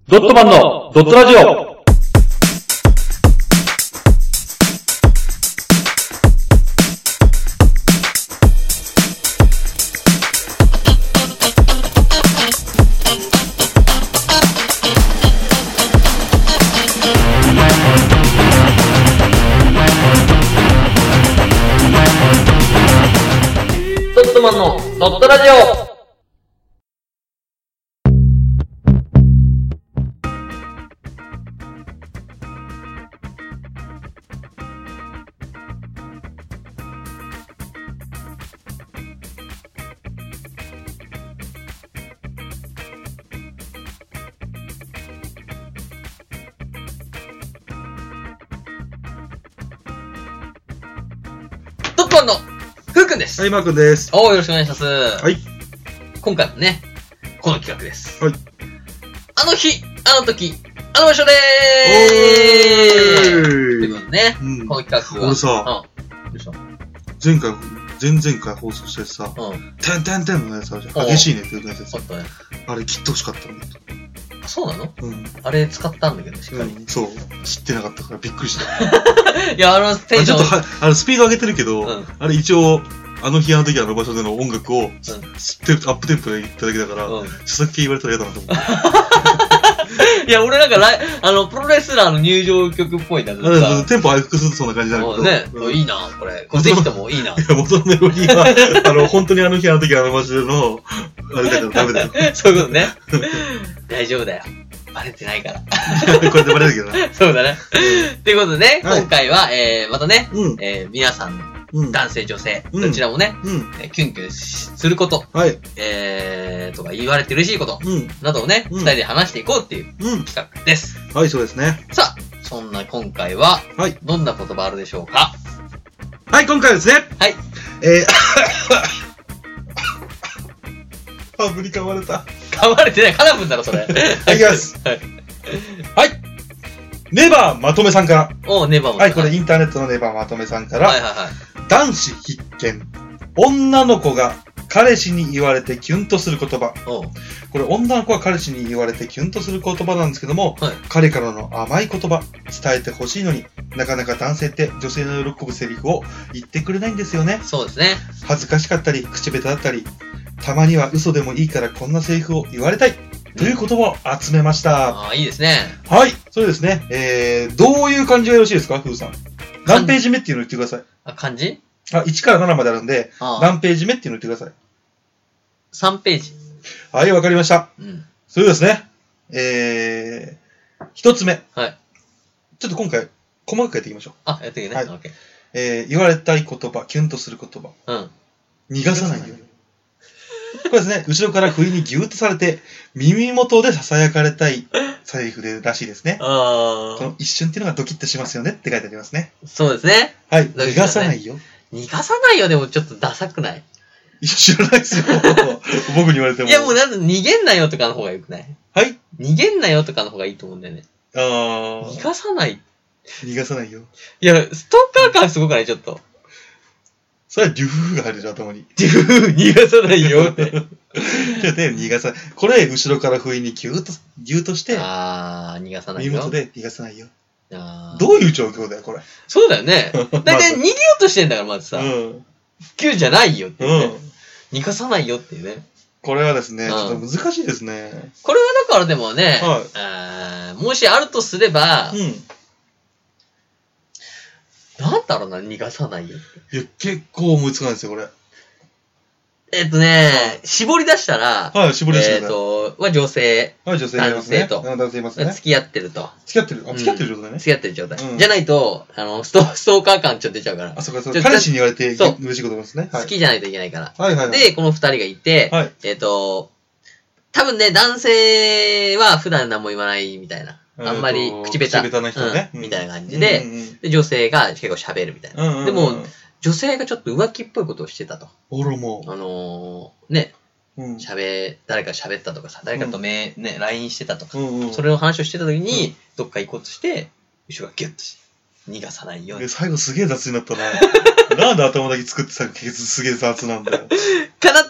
ドットマンのドットラジオ。 ドットマンのドットラジオ。ドットマンのふうくんです。 はい、マー君です。 よろしくお願いします。 はい。 今回もね、この企画です。 はい。 あの日、あの時、あの場所でーす。ということでね、この企画は。 俺さ、 どうした？ 前々回放送してさ、てんてんてんのやつあるじゃん。激しいねって言うやつやつ。あれ切ってほしかったの。 あ、そうなの？ うん。 あれ使ったんだけど、しっかり。 そう。知ってなかったからびっくりした。 いや、テンション。 ちょっとスピード上げてるけど、あれ一応、あの日あの時あの場所での音楽を、アップテンポで言っただけだから、著作権言われたら嫌だなと思って。 いや、俺なんかプロレスラーの入場曲っぽいんだけどさ。 テンポ回復するとそんな感じになるけど。ね、いいな、これ。これぜひともいいな。いや、元のメロディーは、本当にあの日あの時あの場所での、あれだからダメだよ。 そういうことね。大丈夫だよ。バレてないから。 こうやってバレるけどな。 そうだね。ということでね、今回は、またね、皆さん、男性、女性、どちらもね、キュンキュンすること、とか言われて嬉しいこと、などをね、二人で話していこうっていう企画です。 はい、そうですね。 さあ、そんな今回は、どんな言葉あるでしょうか？ はい、今回はですね。 はい。 あぶり噛まれた。 噛まれてない。カナブンだろ、それ。 はい、いきます。はい。ネバーまとめさんから。 ネバーまとめ。 はい、これインターネットのネバーまとめさんから。男子必見。女の子が彼氏に言われてキュンとする言葉。これ女の子が彼氏に言われてキュンとする言葉なんですけども、彼からの甘い言葉、伝えてほしいのになかなか男性って女性の喜ぶセリフを言ってくれないんですよね。 そうですね。 恥ずかしかったり、口下手だったり、たまには嘘でもいいからこんなセリフを言われたい。という言葉を集めました。 いいですね。 はい、そうですね。どういう漢字がよろしいですか、ふうさん。何ページ目っていうのを言ってください。 漢字 ？1から7まであるんで、何ページ目っていうのを言ってください。 3ページ。 はい、わかりました。それですね。1つ目。 はい。 ちょっと今回、細かくやっていきましょう。 やっていくね。はい。 言われたい言葉、キュンとする言葉。逃がさないように。これですね、後ろから不意にギューッとされて、耳元で囁かれたいセリフらしいですね。この一瞬っていうのがドキッとしますよねって書いてありますね。 そうですね。 はい。逃がさないよ。 逃がさないよでもちょっとダサくない？ いや、知らないですよ。僕に言われても。 いや、もう逃げんなよとかの方がよくない？ はい？ 逃げんなよとかの方がいいと思うんだよね。逃がさない。 逃がさないよ。 いや、ストーカー感すごくない？ちょっと。 それはデュフーが入るじゃん、頭に。 デュフー、逃がさないよって。 ちょっとね、逃がさない。これ、後ろから不意にギューッとして、 逃がさないよ。 耳元で逃がさないよ。どういう状況だよ、これ。 そうだよね。だいたい逃げようとしてんだから、まずさ。キューじゃないよって言って。逃がさないよっていうね。 これはですね、ちょっと難しいですね。 これはだからでもね、もしあるとすれば、なんだろうな、逃がさないよって。 いや、結構思いつかないですよ、これ。 絞り出したら、 絞り出したら。 女性。 女性男性と。 男性いますね。 付き合ってると。 付き合ってる状態ね。 付き合ってる状態。じゃないと、ストーカー感ちょっと出ちゃうから。 そうか。彼氏に言われて嬉しいことですね。 好きじゃないといけないから。 で、 この二人がいて、多分ね、男性は普段何も言わないみたいな。あんまり口下手な人ね。 みたいな感じで、女性が結構喋るみたいな。でも、女性がちょっと浮気っぽいことをしてたと。誰か喋ったとかさ、誰かとLINE してたとか、それの話をしてた時に、どっか行こうとして、後ろがギュッとして、逃がさないように。 最後すげえ雑になったな。なんで頭だけ作ってさ、すげえ雑なんだよ。 かなっ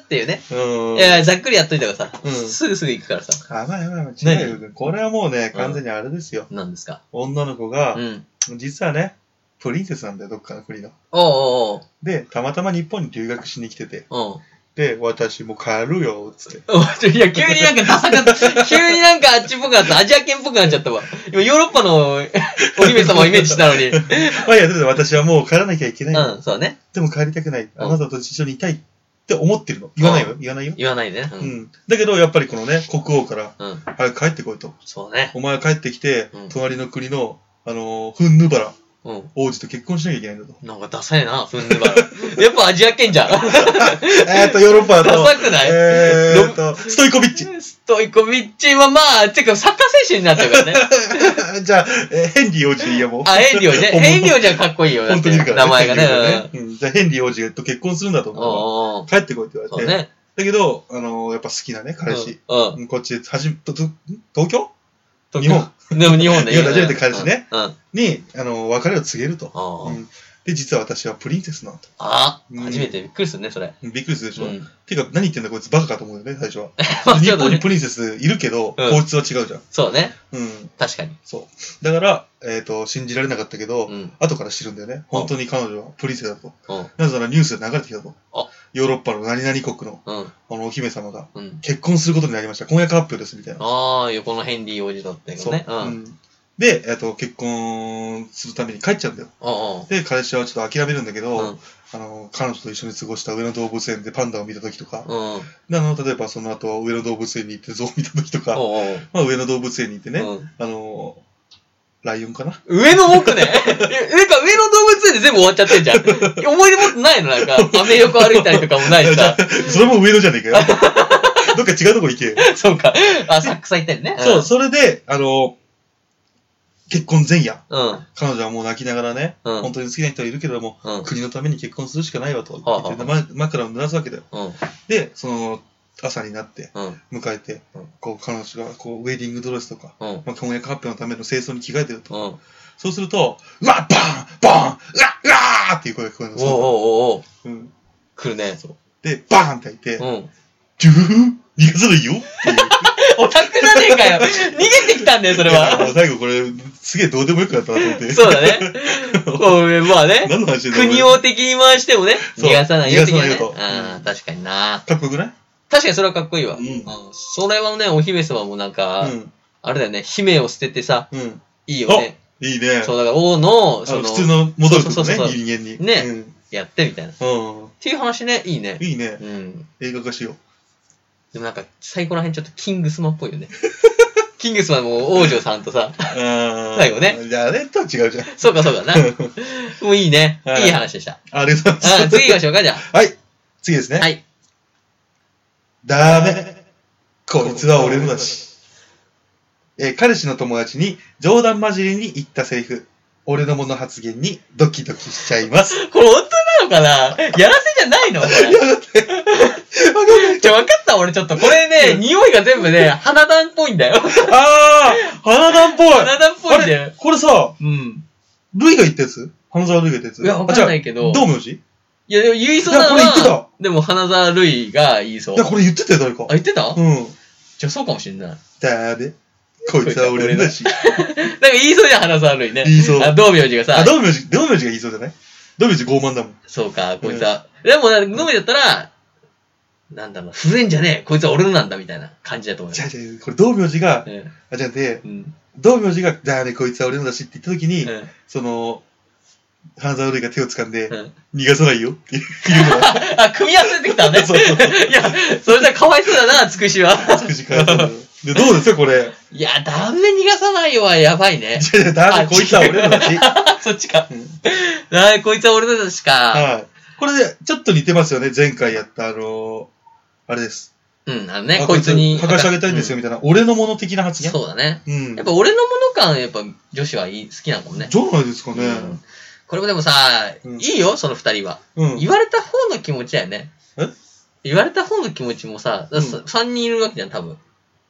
っていうね。いや、ざっくりやっといたからさ。すぐ行くからさ。 あ、まあ、違うよ。これはもうね、完全にあれですよ。 何ですか？ 女の子が、実はね、プリンセスなんだよ、どっかの国の。で、たまたま日本に留学しに来てて。で、私も帰るよ、つって。 いや、急になんかダサかった。急になんかあっちっぽくなった。アジア圏っぽくなっちゃったわ。今、ヨーロッパのお姫様をイメージしたのに。 まあいや、だって私はもう帰らなきゃいけない。 そうね。 でも帰りたくない。あなたと一緒にいたいって思ってるの。言わないよ。言わないよ。 言わないね。 だけど、やっぱりこのね、国王から、早く帰ってこいと。 そうね。 お前帰ってきて、隣の国の、フンヌバラ。王子と結婚しなきゃいけないんだと。 なんかダサいな、フンヌバラ。やっぱアジア圏じゃん。ヨーロッパだと。 ダサくないストイコビッチ。 ストイコビッチはまあ、てかサッカー選手になっちゃうからね。 じゃあ、ヘンリー王子でいいやもう。 ヘンリー王子ね。ヘンリー王子はかっこいいよ。 本当にいるから名前がね。 じゃあ、ヘンリー王子と結婚するんだと思う。帰ってこいって言われて。だけど、やっぱ好きなね、彼氏。こっちで、東京日本。 でも日本で日本で初めて彼氏ね。に、別れを告げると。で、実は私はプリンセスなのと。 初めてびっくりするね、それ。 びっくりするでしょ。ていうか、何言ってんだこいつバカかと思うよね、最初は。日本にプリンセスいるけど、皇室は違うじゃん。 そうね。確かに。 そう。だから、信じられなかったけど、後から知るんだよね。本当に彼女はプリンセスだと。なぜならニュースで流れてきたと。ヨーロッパの何々国の、お姫様が、結婚することになりました。婚約発表です、みたいな。 横のヘンリー王子だったよね。 で、結婚するために帰っちゃうんだよ。で、彼氏はちょっと諦めるんだけど、彼女と一緒に過ごした上野動物園でパンダを見た時とか、例えばその後上野動物園に行って象を見た時とか、上野動物園に行ってね、ライオンかな上野奥ね。上野動物園で全部終わっちゃってんじゃん。思い出もってないのなんか、アメ横歩いたりとかもないしさ。 それも上野じゃねえかよ。どっか違うとこ行け。 そうか。サックス行ったりね。 そう、それで、結婚前夜、彼女はもう泣きながらね、本当に好きな人はいるけれども、国のために結婚するしかないわと、枕を濡らすわけだよ。で、その朝になって、迎えて、彼女がウェディングドレスとか、婚約発表のための清掃に着替えてると。そうすると、うわっバーンバーンうわーっていう声が聞こえるの。 来るね。 で、バーンって開いて、ジュー逃がさないよっていう。 オタクじゃねえかよ。逃げてきたんだよ、それは。 最後これ、すげえどうでもよくなったなと思って。 そうだね。まあね。 何の話国を敵に回してもね、逃がさないよ、的なね。確かにな。 かっこよくない？ 確かにそれはかっこいいわ。それはね、お姫様もなんか、あれだよね、姫を捨ててさ、いいよね。 いいね。 そう、だから王の、 普通の戻るとね、人間に。 ね。やってみたいな。っていう話ね、いいね。 いいね。映画化しよう。 でもなんか、最後らへんちょっとキングスマンっぽいよね。キングスマンも王女さんとさ、最後ね。 じゃあ、あれとは違うじゃん。 そうか、そうかな。もういいね。いい話でした。 ありがとうございます。 次行きましょうか、じゃあ。 はい。次ですね。 はい。 ダメ。こいつは俺のだし。彼氏の友達に冗談交じりに言ったセリフ。俺のもの発言にドキドキしちゃいます。 これ本当なのかなやらせじゃないのこれ。 いや、だって。 わかった俺ちょっと。これね、匂いが全部ね、花壇っぽいんだよ。 花壇っぽい。 花壇っぽいんだよ。 これさ、ルイが言ったやつ花沢ルイが言ったやついや、わかんないけど。 どう名字いや、でも言いそうなのは、これ言ってた。でも花沢ルイが言いそう。 いや、これ言ってたよ、誰か。 言ってたじゃあそうかもしんない。 だめ。こいつは俺のだし。 なんか言いそうじゃん、花沢類ね。 言いそう。 道明寺がさ。 道明寺が言いそうじゃない？道明寺傲慢だもん。 そうか、こいつは。でも、道明寺だったら、なんだろう、震えんじゃねえ、こいつは俺のなんだ、みたいな感じだと思う。 これ道明寺が、じゃあね、道明寺が、だめ、こいつは俺のだしって言った時に、その、花沢類が手を掴んで、逃がさないよっていうのが。組み合わせてきたね。そう。いや、それじゃかわいそうだな、つくしは。 つくしかわいそうだ。で、どうですか、これ。 いや、ダメ逃がさないよはやばいね。 ダメ、こいつは俺のだし。 そっちか。こいつは俺のだしか。 はい。これで、ちょっと似てますよね、前回やった、あれです。 こいつに。 剥がしてあげたいんですよ、みたいな。俺のもの的な発言。 そうだね。やっぱ俺のもの感、やっぱ女子は好きなのかもね。 じゃないですかね。 これもでもさ、いいよ、その二人は。言われた方の気持ちだよね。言われた方の気持ちもさ、3人いるわけじゃん、多分。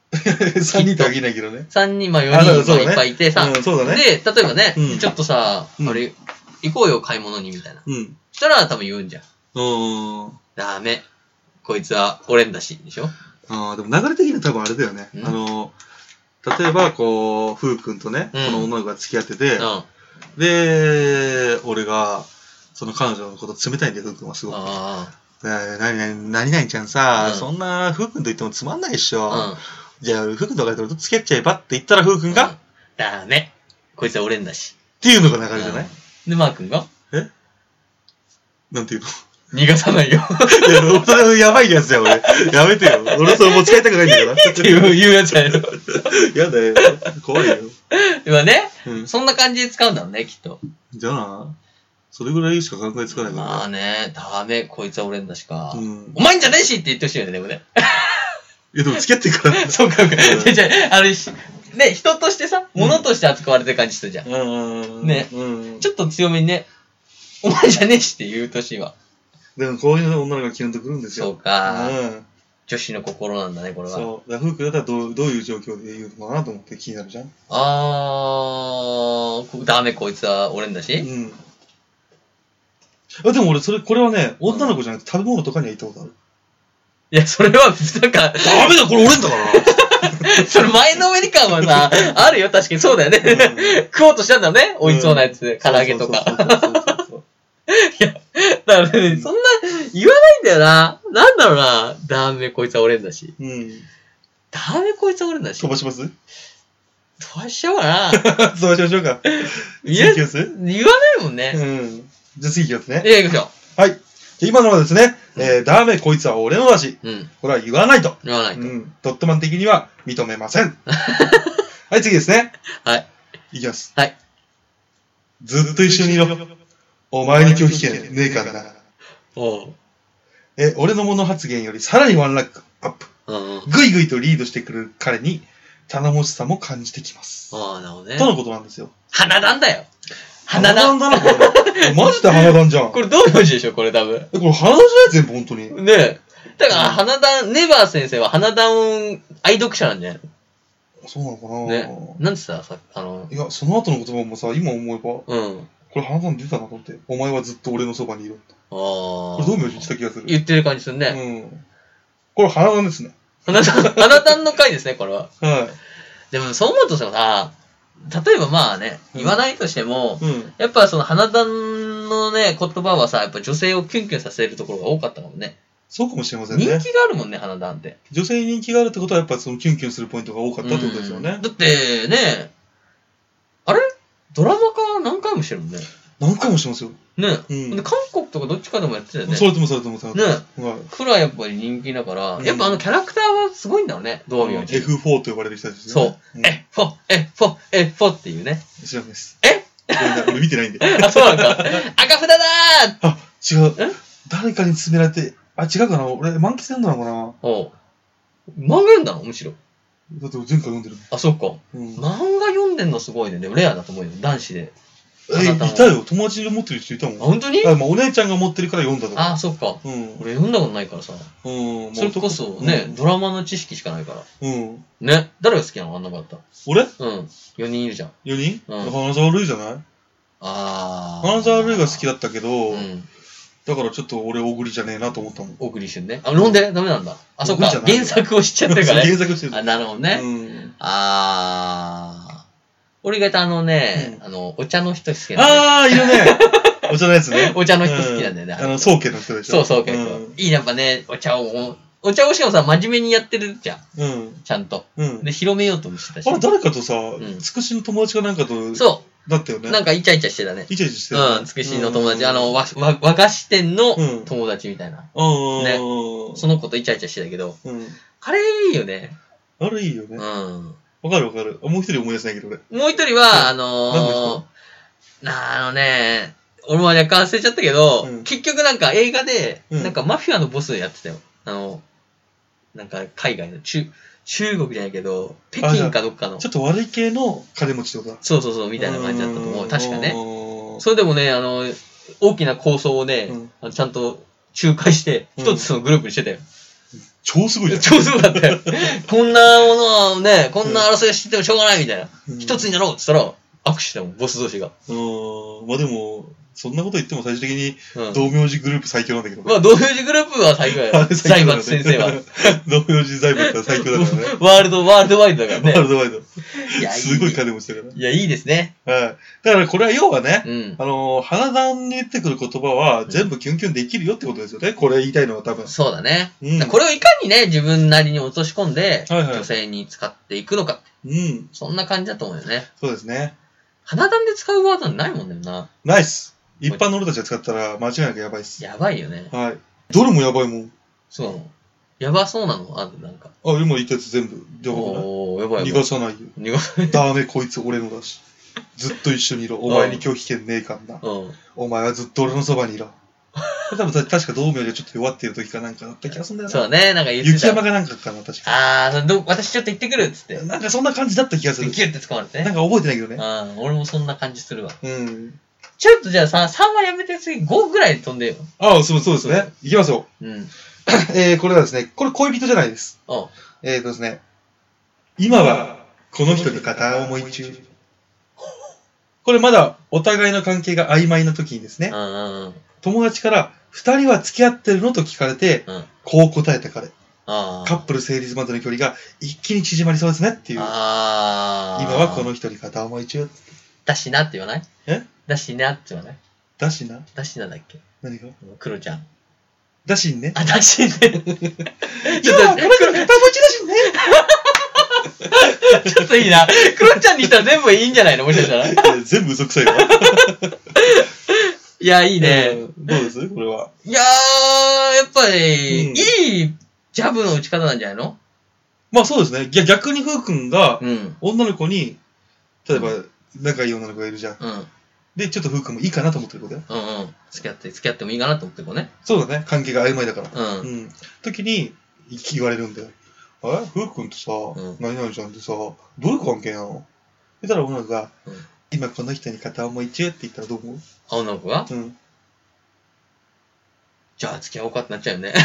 3人とは言えないけどね。 3人、4人いっぱいいてさ。 そうだね。 で、例えばね、ちょっとさ、あれ、行こうよ、買い物に、みたいな。そしたら多分言うんじゃん。ダメ。 こいつは俺んだし、でしょ？ ああ、でも流れ的には多分あれだよね。例えば、こう、ふうくんとね、この女の子が付き合ってて、で、俺が、その彼女のこと冷たいんだよ、ふうくんはすごく。何々ちゃんさ、そんなふうくんと言ってもつまんないっしょ。じゃあ、ふうくんと別れて付き合っちゃえばって言ったらふうくんが、 ダメ。こいつは俺んだし。 っていうのが流れじゃない？ で、マー君がなんていうの？ 逃がさないよ。 いや、それやばいやつだよ、俺。やめてよ。俺それ持ち帰りたくないんだから。 っていうやつやろ。 やだよ。怖いよ。 今ね、そんな感じで使うんだろうね、きっと。 じゃあな。それぐらいしか考えつかないからね。 まあね、ダメ、こいつは俺んだしか。お前んじゃねえしって言ってほしいよね、でもね。 いや、でも付き合ってから。 そうか。じゃあ、ね、人としてさ、物として扱われてる感じするじゃん。ね。ちょっと強めにね、お前じゃねえしって言うとしいわ。 でもこういう女の子がキュンとくるんですよ。 そうか。女子の心なんだね、これは。 そう。だから、夫婦だったらどういう状況で言うのかなと思って気になるじゃん。 ダメ、こいつは俺んだし。 でも俺、これはね、女の子じゃなくて食べ物とかには言ったことある。 いや、それは別になんか。 ダメだ、これ俺んだから。 それ前のめり感はさ、あるよ、確かにそうだよね。食おうとしたんだね、美味しそうなやつ、唐揚げとか。いや、だからね、そんな言わないんだよな。なんだろうな。ダメ、こいつは俺んだし。ダメ、こいつは俺んだし。 飛ばします？ 飛ばしちゃおうかな。 飛ばしましょうか。 言わないもんね。 じゃあ次いきますね。 行きましょう。はい。今のはですね、ダメ、こいつは俺のだし。これは言わないと。 言わないと。 ドットマン的には認めません。はい、次ですね。 はい。 いきます。 はい。 ずっと一緒にいろ。お前に拒否権ねえからな。俺の物発言よりさらにワンランクアップ。ぐいぐいとリードしてくる彼に頼もしさも感じてきます。 なるほどね。 とのことなんですよ。 花壇だよ。 花壇だな、これ。マジで花壇じゃん。 これどういう文字でしょ、これ多分。 これ花壇じゃない全部、本当に。 ねえ。だから花壇、ネバー先生は花壇愛読者なんじゃないの？ そうなのかなね。なんでさ、 いや、その後の言葉もさ、今思えば、これ花壇出たなと思って。お前はずっと俺のそばにいろ。これどういう文字した気がする？ 言ってる感じするね。 これ花壇ですね。 花壇の回ですね、これは。はい。でも、そう思うとさ、例えばまあね、言わないとしても、やっぱその花壇のね、言葉はさ、やっぱ女性をキュンキュンさせるところが多かったかもね。 そうかもしれませんね。 人気があるもんね、花壇って。 女性に人気があるってことは、やっぱそのキュンキュンするポイントが多かったってことですよね。 だってね、あれドラマ化何回もしてるもんね。 何回もしてますよ。 ね。で、韓国とかどっちかでもやってたよね。 それとも。ね。 くらいやっぱり人気だから、やっぱキャラクターはすごいんだろうね、道明寺。 F4 と呼ばれる人たちですよね。そう。F4 っていうね。 知らないです。 俺見てないんで。 あ、そうなんか。赤札だー。 あ、違う。誰かに勧められて、違うかな俺、満喫読んだのかな漫画読んだのむしろ。 だって前回読んでる。 あ、そっか。漫画読んでんのすごいね。でもレアだと思うよ。男子で。 いたよ。友達で持ってる人いたもん。 あ、本当に？ お姉ちゃんが持ってるから読んだとか。 あ、そっか。俺読んだことないからさ。それこそね、ドラマの知識しかないから。ね。誰が好きなのあんなかった。 俺 4人いるじゃん。 4人花沢類じゃない花沢類が好きだったけど、だからちょっと俺、小栗じゃねえなと思ったもん。 小栗旬ね。飲んでダメなんだ。あ、そっか。原作を知っちゃってるからね。 原作してる。 あ、なるほどね。俺がお茶の人好きなんだ。いるね。お茶のやつね。 お茶の人好きなんだよね。 宗家の人でしょ。 そう、宗家の人。いい、やっぱね、お茶をしかもさ、真面目にやってるじゃん。ちゃんと。で、広めようともしてたし。 あれ、誰かとさ、つくしの友達かなんかと。 そう。 だったよね。 なんかイチャイチャしてたね。 イチャイチャしてた。 つくしの友達。和菓子店の友達みたいな。ね。その子とイチャイチャしてたけど。あれいいよね。 あれいいよね。わかる。もう一人思い出せないけど俺。 もう一人は、俺も若干忘れちゃったけど、結局なんか映画で、なんかマフィアのボスやってたよ。なんか海外の中国じゃないけど、北京かどっかの。 ちょっと悪い系の金持ちってことだ。 そう、みたいな感じだったと思う。確かね。それでもね、大きな構想をね、ちゃんと仲介して、一つのグループにしてたよ。 超すごいじゃん。 超すごかったよ。こんなものはね、こんな争いしててもしょうがないみたいな。一つになろうって言ったら、握手したもん、ボス同士が。 まあでも、 そんなこと言っても最終的に、道明寺グループ最強なんだけどね。 まあ、道明寺グループは最強や。財閥先生は。 道明寺財閥は最強だからね。 ワールドワイドだからね。 ワールドワイド。いや、すごい金持ちだから。 いや、いいですね。 はい。だからこれは要はね、花壇に出てくる言葉は全部キュンキュンできるよってことですよね。これ言いたいのは多分。 そうだね。これをいかにね、自分なりに落とし込んで、女性に使っていくのか。そんな感じだと思うよね。 そうですね。 花壇で使うワードないもんねんな。 ないっす。一般の俺たちが使ったら間違いなくやばいっす。 やばいよね。 はい。どれもやばいもん。 そうなの。やばそうなのあるなんか。 今言ったやつ全部。 やばい。 逃がさないよ。ダメこいつ俺のだし。ずっと一緒にいろ。お前に拒否権ねえかんな。お前はずっと俺のそばにいろ。多分確か道明寺がちょっと弱ってる時かなんかだった気がするんだよな。 そうね、なんか言ってた。 雪山がなんかかな、確か。 私ちょっと行ってくるっつって。 なんかそんな感じだった気がする。 ギュって掴まれてね。 なんか覚えてないけどね。 俺もそんな感じするわ。ちょっとじゃあ3はやめて次5ぐらい飛んでよ。 そうですね。いきますよ。これはですね、これ恋人じゃないです。ですね、今はこの人に片思い中。これまだお互いの関係が曖昧な時にですね、友達から2人は付き合ってるのと聞かれて、こう答えた彼。カップル成立までの距離が一気に縮まりそうですねっていう。今はこの人に片思い中。 だしなって言わない？だしなって言わない？ だしな？ だしなだっけ？ 何が？ クロちゃん。 だしんね。 だしんね。 今はこの人に片思い中だしんね。 ちょっといいな。クロちゃんに言ったら全部いいんじゃないのもしかしたら。 全部嘘くさいわ。 いや、いいね。 どうですこれは。 いやー、やっぱり、いいジャブの打ち方なんじゃないの？ まあそうですね。逆にふうくんが、女の子に、例えば、仲いい女の子がいるじゃん。で、ちょっとふうくんもいいかなと思ってる子だよ。 付き合ってもいいかなと思ってる子ね。 そうだね。関係が曖昧だから。時に、言われるんだよ。ふうくんとさ、何々ちゃんってさ、どういう関係なの？そしたら女の子が、今この人に片思い中って言ったらどう思う？ 女の子が？じゃあ付き合おうかってなっちゃうよね。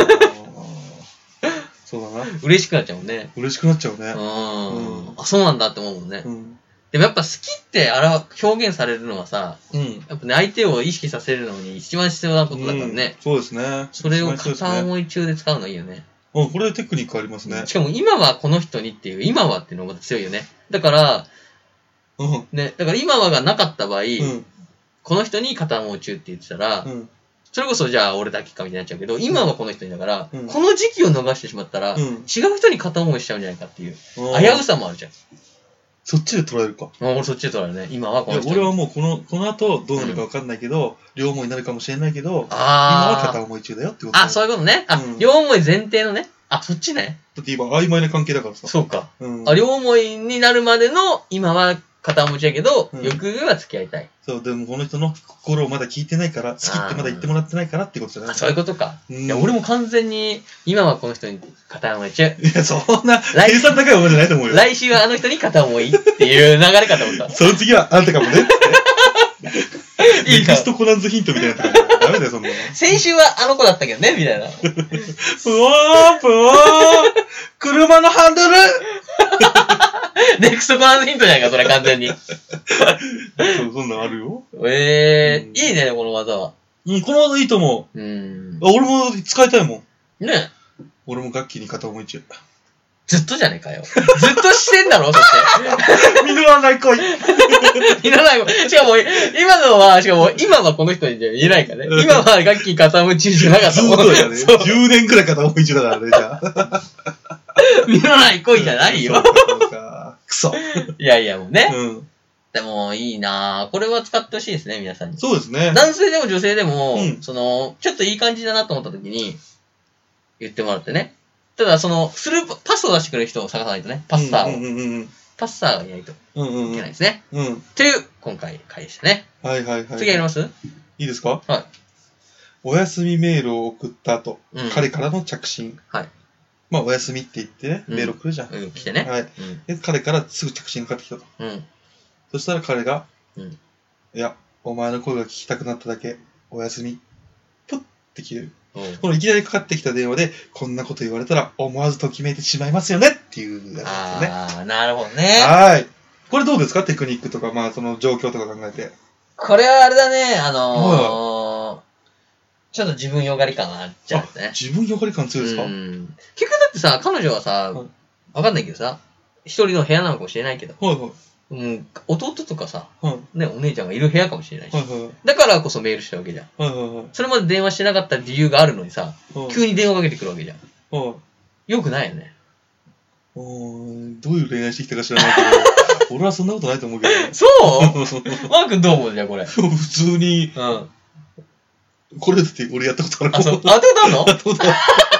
そうだな。 嬉しくなっちゃうもんね。 嬉しくなっちゃうね。 そうなんだって思うもんね。でもやっぱ好きって表現されるのはさ、やっぱね、相手を意識させるのに一番必要なことだからね。 そうですね。 それを片思い中で使うのがいいよね。 これテクニックありますね。 しかも今はこの人にっていう、今はっていうのがまた強いよね。だから、ね、だから今はがなかった場合、この人に片思い中って言ってたら、それこそじゃあ俺だけかみたいになっちゃうけど、今はこの人にだから、この時期を逃してしまったら、違う人に片思いしちゃうんじゃないかっていう、危うさもあるじゃん。 そっちで捉えるか。 俺そっちで捉えるね。今はこの人。 俺はもうこの後どうなるか分かんないけど、両思いになるかもしれないけど、今は片思い中だよってこと。 そういうことね。両思い前提のね。そっちね。 だって今曖昧な関係だからさ。 そうか。両思いになるまでの今は片思い中やけど、よくは付き合いたい。 そう、でもこの人の心をまだ聞いてないから、好きってまだ言ってもらってないからってことじゃない？ そういうことか。いや、俺も完全に、今はこの人に片思い中。 いや、そんな、計算高いものじゃないと思うよ。 来週はあの人に片思いっていう流れかと思った。 その次はあんたかもね。ネクストコナンズヒントみたいなとこダメだよ、そんなの。 先週はあの子だったけどね、みたいな。 ぷわーぷわー車のハンドルネクストコナンズヒントじゃないか、それ完全に。 そんなんあるよ。 いいね、この技は。 この技いいと思う。俺も使いたいもん。 ね。 俺も楽器に片思い中。 ずっとじゃねえかよ。ずっとしてんだろ、そして。 実らない恋。 実らない恋。しかも、今はこの人にじゃ言えないからね。今は楽器片思い中じゃなかったもん。 そうだよね。10年くらい片思い中だからね、じゃあ。 実らない恋じゃないよ。 そうか。クソ。 いやいや、もうね。でも、いいなぁ。これは使ってほしいですね、皆さんに。 そうですね。 男性でも女性でも、ちょっといい感じだなと思った時に、言ってもらってね。ただ、パスを出してくれる人を探さないとね。パッサーを。パッサーがいないといけないですね。という、今回、回でしたね。 はいはいはい。 次やります？ いいですか？ はい。 お休みメールを送った後、彼からの着信。はい。まあ、お休みって言ってね、メール送るじゃん。 来てね。 はい。で、彼からすぐ着信がかかってきたと。そしたら彼が、いや、お前の声が聞きたくなっただけ、お休み。プッって消える。このいきなりかかってきた電話で、こんなこと言われたら思わずときめいてしまいますよねっていうやつですよね。 なるほどね。 はい。これどうですか？テクニックとか、まあその状況とか考えて。 これはあれだね、ちょっと自分よがり感があっちゃうね。 自分よがり感強いですか？ 結局だってさ、彼女はさ、わかんないけどさ、一人の部屋なのかもしれないけど、弟とかさ、ね、お姉ちゃんがいる部屋かもしれないし、だからこそメールしたわけじゃん。それまで電話してなかった理由があるのにさ、急に電話かけてくるわけじゃん。よくないよね。 どういう恋愛してきたか知らないけど、俺はそんなことないと思うけど。 そうマー君どう思うじゃあこれ。 普通に、これだって俺やったことある。 あ、そう。やったことあるの？やったことある。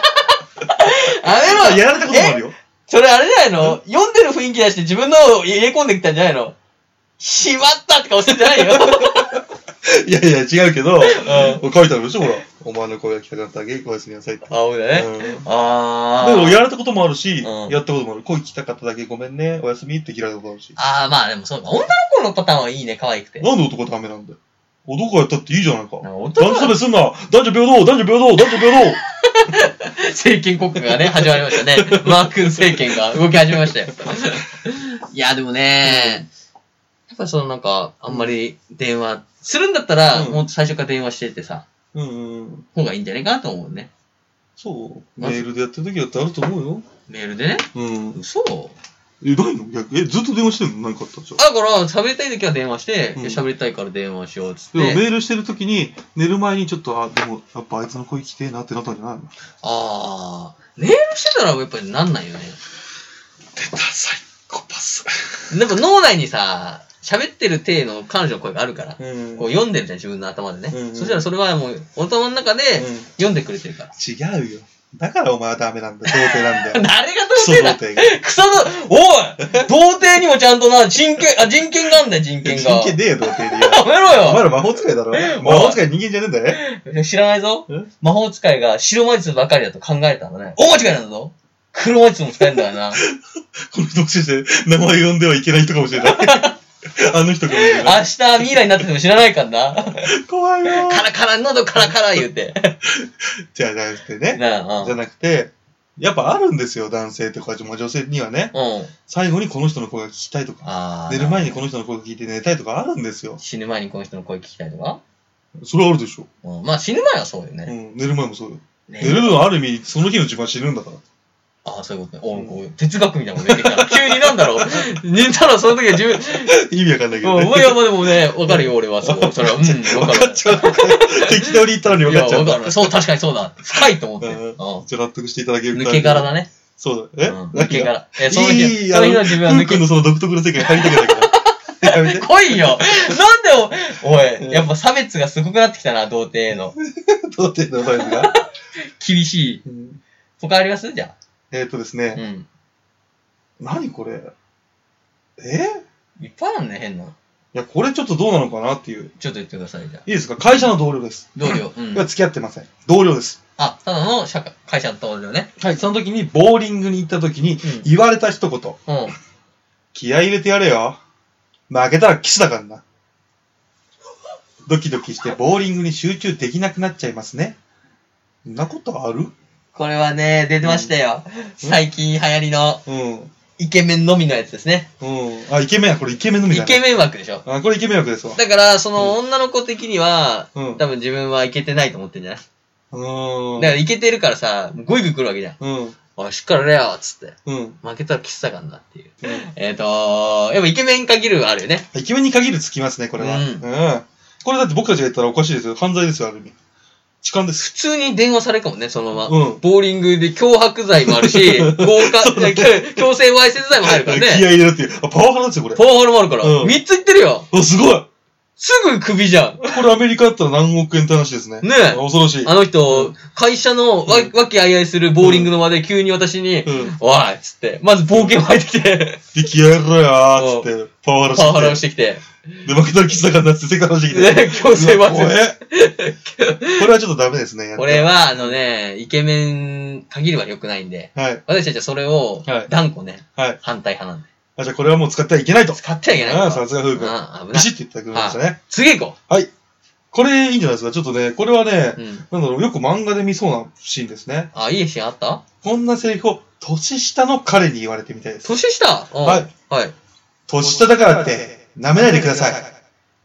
あれやられたこともあるよ。 それあれじゃないの？読んでる雰囲気出して自分のを入れ込んできたんじゃないの？しまったって顔してんじゃないよ。 いやいや、違うけど、書いてあるでしょ、ほら。お前の声が聞きたかっただけ、おやすみなさいって。 そうだね。 でも、やられたこともあるし、やったこともある。声聞きたかっただけ、ごめんね、おやすみって切られたことあるし。 まあでもそうか。女の子のパターンはいいね、可愛くて。 なんで男はダメなんだよ。男がやったっていいじゃないか。男差別すんな。男女平等、男女平等、男女平等。 政権国家がね、始まりましたね。マー君政権が動き始めましたよ。いや、でもね、やっぱそのなんか、あんまり電話するんだったら、もっと最初から電話しててさ、方がいいんじゃないかなと思うね。 そう。メールでやってる時だってあると思うよ。 メールでね？嘘？ ないの？逆ずっと電話してんの？何かあったじゃん。 だから、喋りたい時は電話して、喋りたいから電話しようっつって。 でもメールしてる時に、寝る前にちょっと、でも、やっぱあいつの声聞きてえなってなったんじゃないの？ メールしてたらやっぱりなんないよね。 出た、サイコパス。 でも脳内にさ、喋ってる体の彼女の声があるから、こう読んでるじゃん、自分の頭でね。そしたらそれはもう、頭の中で読んでくれてるから。 違うよ。だからお前はダメなんだよ。童貞なんだよ。 誰が童貞だ？クソおい童貞にもちゃんとな、人権があんだよ、人権が。 人権ねえよ、童貞に。 やめろよ。 お前ら魔法使いだろ。魔法使い人間じゃねえんだよ。 知らないぞ。魔法使いが白魔術ばかりだと考えたんだね。大間違いなんだぞ。黒魔術も使えるんだよな。 この特集して名前呼んではいけない人かもしれない。あの人かもしれない。 明日未来になってても知らないからな。 怖いよ。 カラカラ、喉カラカラ言うて。 じゃなくてね。じゃなくて、やっぱあるんですよ、男性とか女性にはね。最後にこの人の声が聞きたいとか、寝る前にこの人の声が聞いて寝たいとかあるんですよ。 死ぬ前にこの人の声聞きたいとか？ それはあるでしょ。 まあ死ぬ前はそうよね。 寝る前もそうよ。寝るのはある意味、その日の自分は死ぬんだから。 そういうことね。こう哲学みたいなこと出てきた。急になんだろう。寝たらその時は自分。 意味わかんないけどね。 いや、まあでもね、わかるよ、俺は。それは。 わかっちゃう。適当に言ったのにわかっちゃう。 いや、わかる。そう、確かにそうだ。深いと思って。 じゃあ納得していただける抜け殻だね。 そうだ。 抜け殻。その日の自分は抜けのその独特の世界に入りたくないから。やめて。 来いよ。なんでおい、やっぱ差別がすごくなってきたな、童貞への。 童貞の差別が厳しい。他ありますじゃあ。 ですね。何これいっぱいあるね、変な。いや、これちょっとどうなのかなっていう。 ちょっと言ってください、じゃあ。 いいですか？会社の同僚です。 同僚。 いや、付き合ってません。同僚です。 ただの会社の同僚ね。 はい、その時に、ボーリングに行った時に、言われた一言。気合い入れてやれよ。負けたらキスだからな。ドキドキしてボーリングに集中できなくなっちゃいますね。そんなことある？ これはね、出てましたよ。最近流行りの、イケメンのみのやつですね。 イケメンや、これイケメンのみだね。 イケメン枠でしょ。 これイケメン枠ですわ。 だから、その女の子的には、多分自分はいけてないと思ってんじゃない？だからいけてるからさ、ゴイゴイ来るわけじゃん。おい、しっかりやれよ、つって。負けたらキスだからなっていう。やっぱイケメン限るあるよね。 イケメンに限るつきますね、これは。これだって僕たちが言ったらおかしいですよ。犯罪ですよ、ある意味。痴漢です。 普通に電話されるかもね、そのまま。ボーリングで脅迫罪もあるし、強制わいせつ罪も入るからね。 気合い入れるっていう。パワハラですよ、これ。 パワハラもあるから。3つ言ってるよ。 すごい。 すぐクビじゃん。 これアメリカだったら何億円って話ですね。 ねえ。 恐ろしい。 あの人、会社の和気あいあいするボーリングの場で急に私に、おいっつって、まず冒険入ってきて。 で、気合い入れろよーっつって、パワハラしてきて。 で、負けたらキスだからなってセクハラしてきて。 強制わいせつ。これはちょっとダメですね。 これは、イケメン限りは良くないんで、私たちはそれを、断固ね、反対派なんで。 じゃあこれはもう使ってはいけないと。 使ってはいけない。 さすが夫婦。ビシッと言ってくれましたね。 次行こう。はい。これいいんじゃないですか。ちょっとね、これはね、なんだろう、よく漫画で見そうなシーンですね。 いいシーンあった？ こんなセリフを年下の彼に言われてみたいです。 年下？ はい。年下だからって、舐めないでください。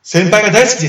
先輩が大好きです。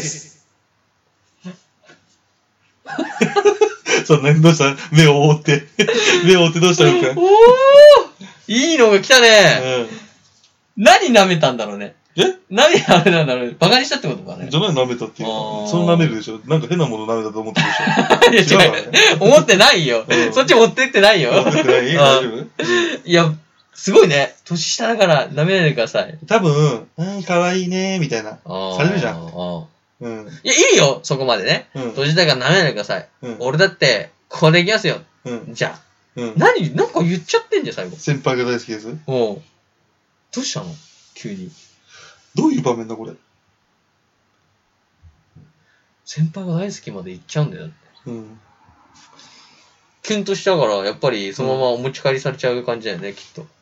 そう、どうした目を覆って。目を覆ってどうしたのか。 おーいいのが来たね。何舐めたんだろうね。何舐めたんだろうね。バカにしたってことかね。 じゃない舐めたっていうか。その舐めるでしょ。なんか変なもの舐めたと思ってるでしょ。 いや違う。思ってないよ。そっち持ってってないよ。持ってってない大丈夫いや、すごいね。年下だから舐めないでください。 多分、可愛いねみたいな。されるじゃん。 いや、いいよ、そこまでね。年下だから舐めないでください。俺だって、これできますよ。じゃあ。なんか言っちゃってんじゃん、最後。 先輩が大好きです。 どうしたの急に。 どういう場面だ、これ。 先輩が大好きまで言っちゃうんだよ。キュンとしちゃうから、やっぱりそのままお持ち帰りされちゃう感じだよね、きっと。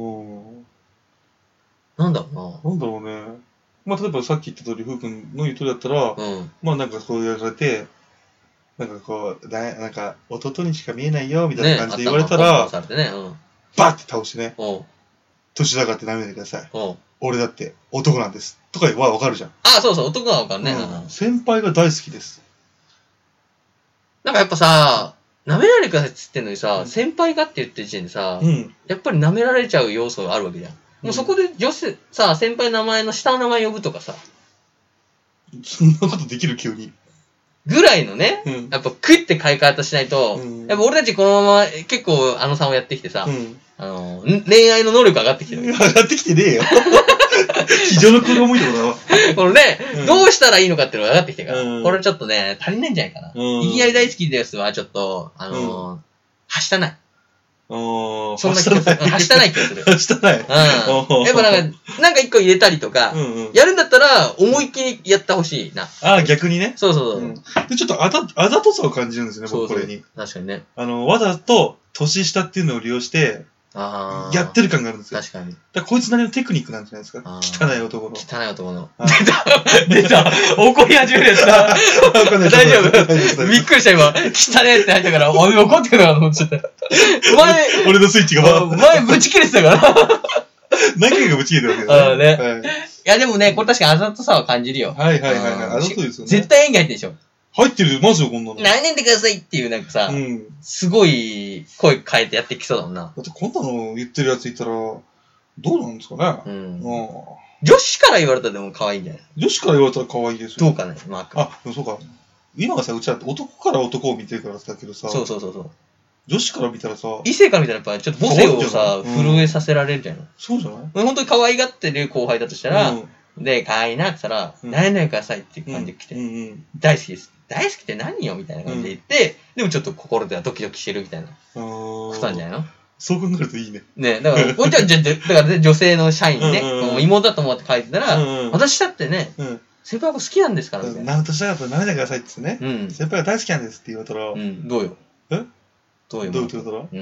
なんだろうな。 なんだろうね。まあ、例えばさっき言った通り、ふうくんの言う通りだったら、まあなんかそう言われて、なんかこう、なんか、弟にしか見えないよ、みたいな感じで言われたら、バッて倒してね、年だからって舐めてください。俺だって男なんです。とかはわかるじゃん。 あ、そうそう、男はわかるね。 先輩が大好きです。 なんかやっぱさ、舐められてくださいって言ってんのにさ、先輩がって言ってる時点でさ、やっぱり舐められちゃう要素があるわけじゃん。もうそこでさ、先輩の名前の下の名前呼ぶとかさ。 そんなことできる急に。 ぐらいのね、やっぱクイって買い方しないと、やっぱ俺たちこのまま結構あのさんをやってきてさ、恋愛の能力上がってきてる。 上がってきてねえよ。非常の子供いいとこだわ。 このね、どうしたらいいのかっていうのが上がってきてから、これちょっとね、足りないんじゃないかな。いきなり大好きですはちょっと、はしたない。そんな気がする。はしたない気がする。 はしたない。やっぱなんか一個入れたりとか、やるんだったら思いっきりやってほしいな。 ああ、逆にね。 そうそう。 で、ちょっとあざとさを感じるんですよね、僕これに。 確かにね。 わざと年下っていうのを利用して、やってる感があるんですよ。 確かに。 こいつなりのテクニックなんじゃないですか。汚い男の。 汚い男の。出た怒り始めるやつだ。大丈夫びっくりした今。汚いって入ったから、俺怒ってくるかと思っちゃった。 俺のスイッチが前ぶち切れてたから。 何回かぶち切れてるわけだよね。いやでもね、これ確かにあざとさは感じるよ。 はいはいはい。あざとですよね。 絶対演技入ってるでしょ。 入ってるマジよ、こんなの。 何年でくださいっていうなんかさ、すごい声変えてやってきそうだもんな。 だってこんなの言ってるやついたら、どうなんですかね。 女子から言われたらでも可愛いんじゃない？ 女子から言われたら可愛いですよ。 どうかね、マーク。 あ、でもそうか。今がさ、うちらって男から男を見てるからだけどさ。 そう。 女子から見たらさ。 異性から見たらやっぱちょっと母性をさ、震えさせられるじゃん。 そうじゃない？ 本当に可愛がってる後輩だとしたら、で、可愛いなって言ったら、何々くださいっていう感じで来て、大好きです。大好きって何よみたいな感じで言って、でもちょっと心ではドキドキしてるみたいなことなんじゃないの？ そう考えるといいね。 ね、だから、だからね、女性の社員ね、妹だと思って書いてたら、私だってね、先輩が好きなんですからみたいな。 なんとしたかったら舐めてくださいってね。先輩が大好きなんですって言われたら。 どうよ。 どういうことだろう？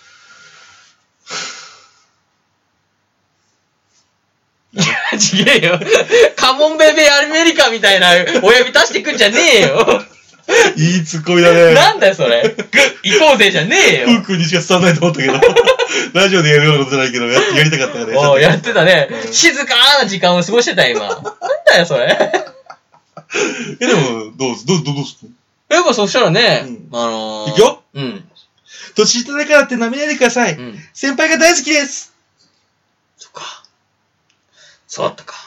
ちげえよ。カモンベベアメリカみたいな親指出してくんじゃねえよ。 いいツッコミだね。 なんだよそれ。行こうぜじゃねえよ。 フー君にしか伝わらないと思ったけど。ラジオでやるようなことじゃないけど、やりたかったよね。 やってたね。静かな時間を過ごしてた今。なんだよそれ。 でも、どうするの？ やっぱそしたらね、 いくよ？年下だからって舐めないでください。先輩が大好きです。 そっか。そうだったか。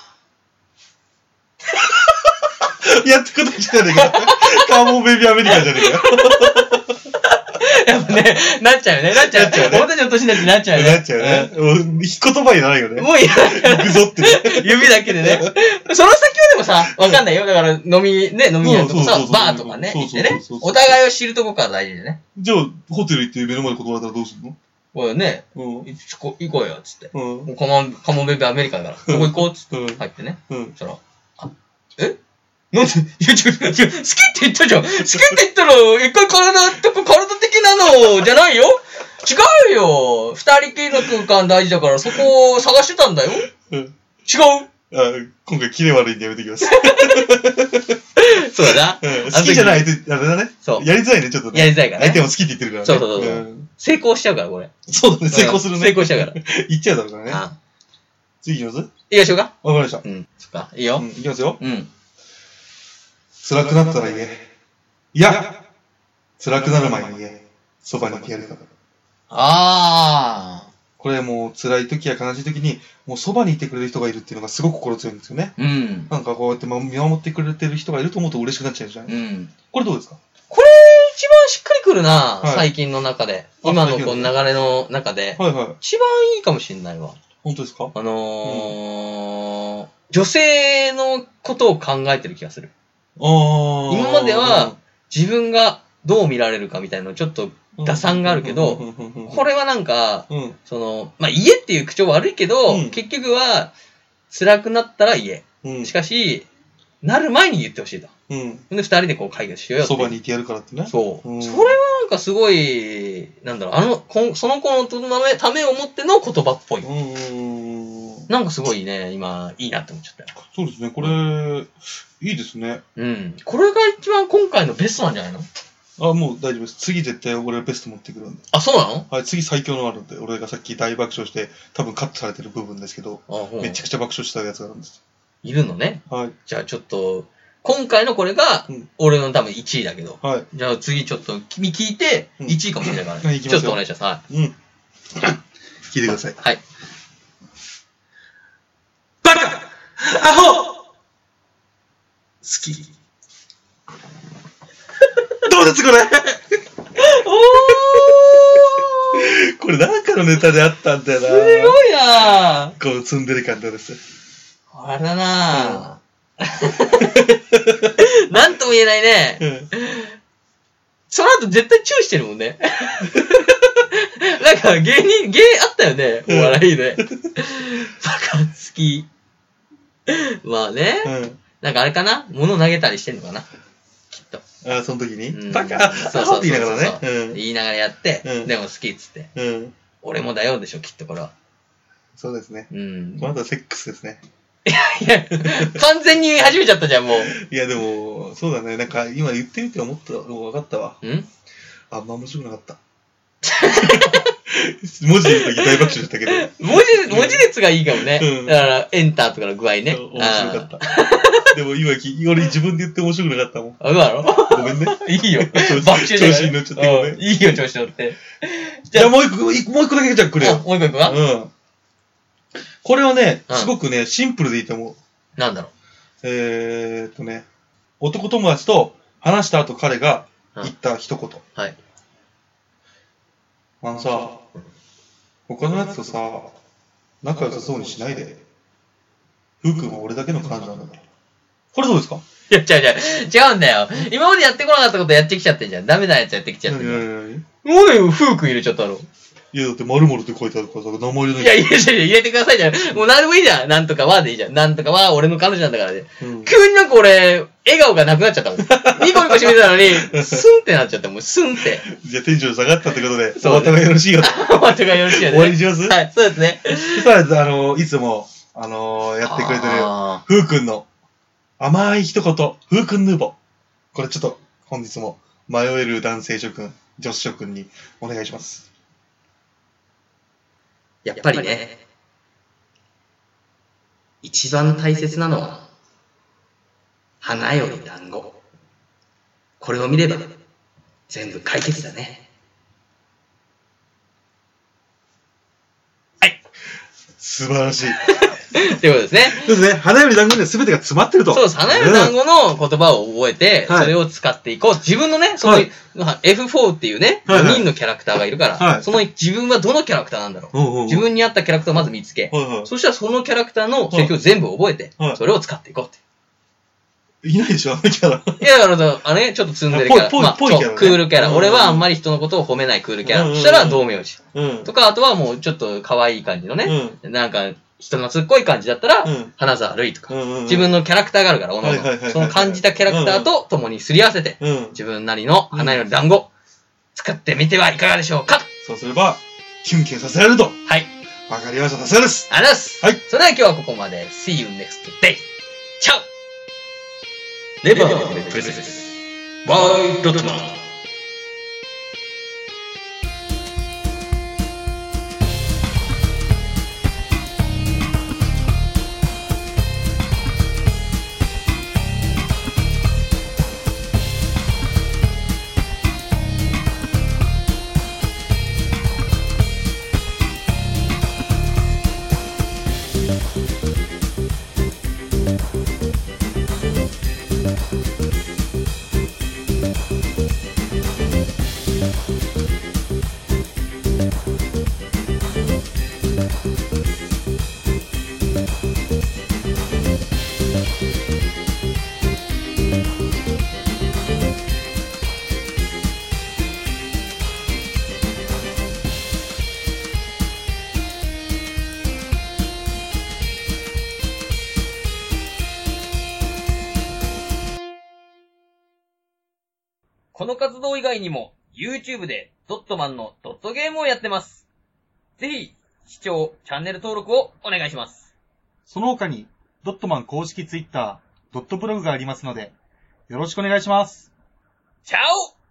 やったことじゃねえか。カモンベビーアメリカじゃねえか。 やっぱね、なっちゃうよね。なっちゃう。俺たちの年になってなっちゃうよね。 なっちゃうね。言葉いらないよね。 もういらない。 行くぞって。 指だけでね。その先はでもさ、わかんないよ。だから飲み屋とかさ、バーとかね、行ってね。お互いを知るとこから大事でね。 じゃあ、ホテル行って目の前で断られたらどうするの？ これね、行こうよ、つって。カモンベビーアメリカだから、ここ行こう、つって。入ってね。そしたら、なんで、いや、好きって言ったじゃん。好きって言ったら、一回体的なのじゃないよ。違うよ。二人きりの空間大事だから、そこを探してたんだよ。違う。 今回キレ悪いんでやめてきます。 そうだな。 好きじゃないと、あれだね。そう。やりづらいね、ちょっとね。 やりづらいからね。 相手も好きって言ってるからね。 そう。成功しちゃうから、これ。 そうだね、成功するね。 成功しちゃうから。 言っちゃうだろうからね。次行きます？ 行きましょうか。 わかりました。 そっか。いいよ。 行きますよ。 辛くなったら言え。いや、辛くなる前に言え。そばにいてやるから。 あー。 これもう辛い時や悲しい時に、もうそばにいてくれる人がいるっていうのがすごく心強いんですよね。 うん。 なんかこうやって見守ってくれてる人がいると思うと嬉しくなっちゃうじゃない。うん。これどうですか？ これ一番しっくりくるな、はい、最近の中で。今のこの流れの中で。はいはい。一番いいかもしれないわ。 本当ですか？ 女性のことを考えてる気がする。今までは自分がどう見られるかみたいなのちょっと打算があるけど、これはなんか、まあ、家っていう口調悪いけど、結局は辛くなったら家。しかし、なる前に言ってほしいと。で、二人でこう解決しようよって。 そばにいてやるからってね。 そう。それはなんかすごい、なんだろう、その子のためを思っての言葉っぽい。なんかすごいね、今、いいなって思っちゃったよ。 そうですね、これ、いいですね。 うん。これが一番今回のベストなんじゃないの？ もう大丈夫です。次絶対俺ベスト持ってくるんで。 あ、そうなの？ はい、次最強のあるんで、俺がさっき大爆笑して、多分カットされてる部分ですけど、めちゃくちゃ爆笑したやつがあるんです。 いるのね。 はい。 じゃあちょっと、今回のこれが、俺の多分1位だけど。はい。じゃあ次ちょっと、君聞いて、1位かもしれないからね。ちょっとお願いします。はい。聞いてください。 はい。 バカアホ好きどうですこれこれなんかのネタであったんだよな。 すごいなこのツンデレ感どうです？ あれだななんとも言えないね。その後絶対チューしてるもんね。なんか芸あったよね、お笑いで。バカ好き。まあね。なんかあれかな？物投げたりしてんのかな？きっと。 あ、その時にバカそうって言いながらね。 言いながらやって、でも好きっつって。俺もだよでしょ、きっとこれは。 そうですね。まだセックスですね。 いや、完全に言い始めちゃったじゃん、もう。 いや、でも、そうだね。なんか、今言ってみて分かったわ。あんま面白くなかった。文字の時大爆笑したけど。 文字列がいいかもね。だから、エンターとかの具合ね。 面白かった。でも今、俺自分で言って面白くなかったもん。 あ、だろ？ ごめんね。 いいよ。 調子に乗っちゃってごめん。 いいよ、調子乗って。 じゃあもう一個だけじゃあくれよ。 もう一個いくか？ これはね、すごくね、シンプルでいいと思う。 なんだろう。男友達と話した後彼が言った一言。はい。他のやつとさ、仲良さそうにしないで。ふうくんは俺だけの彼女なんだから。これどうですか？ いや、違うんだよ。今までやってこなかったことやってきちゃってんじゃん。ダメなやつやってきちゃってんじゃん。もうね、ふうくん入れちゃったの。 いや、だって〇〇って書いてあるからさ、名前入れない。 いや、入れてくださいじゃん。もう何でもいいじゃん。なんとかはでいいじゃん。なんとかは俺の彼女なんだからね。急になんか俺、笑顔がなくなっちゃったもん。ニコニコしてみたのに、スンってなっちゃったもん。スンって。 じゃあテンション下がったってことで、お後がよろしいよと。 お後がよろしいよね。 終わりにします？ はい、そうですね。 さあ、いつも、やってくれてる、ふうくんの甘い一言、ふうくんヌーボー。これちょっと、本日も迷える男性諸君、女子諸君にお願いします。 やっぱりね、一番大切なのは、花より団子。これを見れば、全部解決だね。はい。 素晴らしい。 っていうことですね。 そうですね。花より団子には全てが詰まってると。 そうです。花より団子の言葉を覚えて、それを使っていこう。自分のね、その、F4 っていうね、4人のキャラクターがいるから、その自分はどのキャラクターなんだろう。自分に合ったキャラクターをまず見つけ、そしたらそのキャラクターのセリフを全部覚えて、それを使っていこうって。 いないでしょ、あのキャラ。 いや、だから、ちょっと積んでるキャラ。クールキャラ。俺はあんまり人のことを褒めないクールキャラ。そしたら、同名詞。とか、あとはもうちょっと可愛い感じのね。なんか、人懐っこい感じだったら、花沢類とか。自分のキャラクターがあるから、その感じたキャラクターと共にすり合わせて、自分なりの花より団子、作ってみてはいかがでしょうか？ そうすれば、キュンキュンさせられると。 はい。 わかりました。さすがです。 ありがとうございます。はい。それでは今日はここまで。See you next day. チャオレバーでプレゼンス。バイドットマン。 この活動以外にも YouTube でドットマンのドットゲームをやってます。ぜひ視聴、チャンネル登録をお願いします。 その他にドットマン公式 Twitter、ドットブログがありますのでよろしくお願いします。 チャオ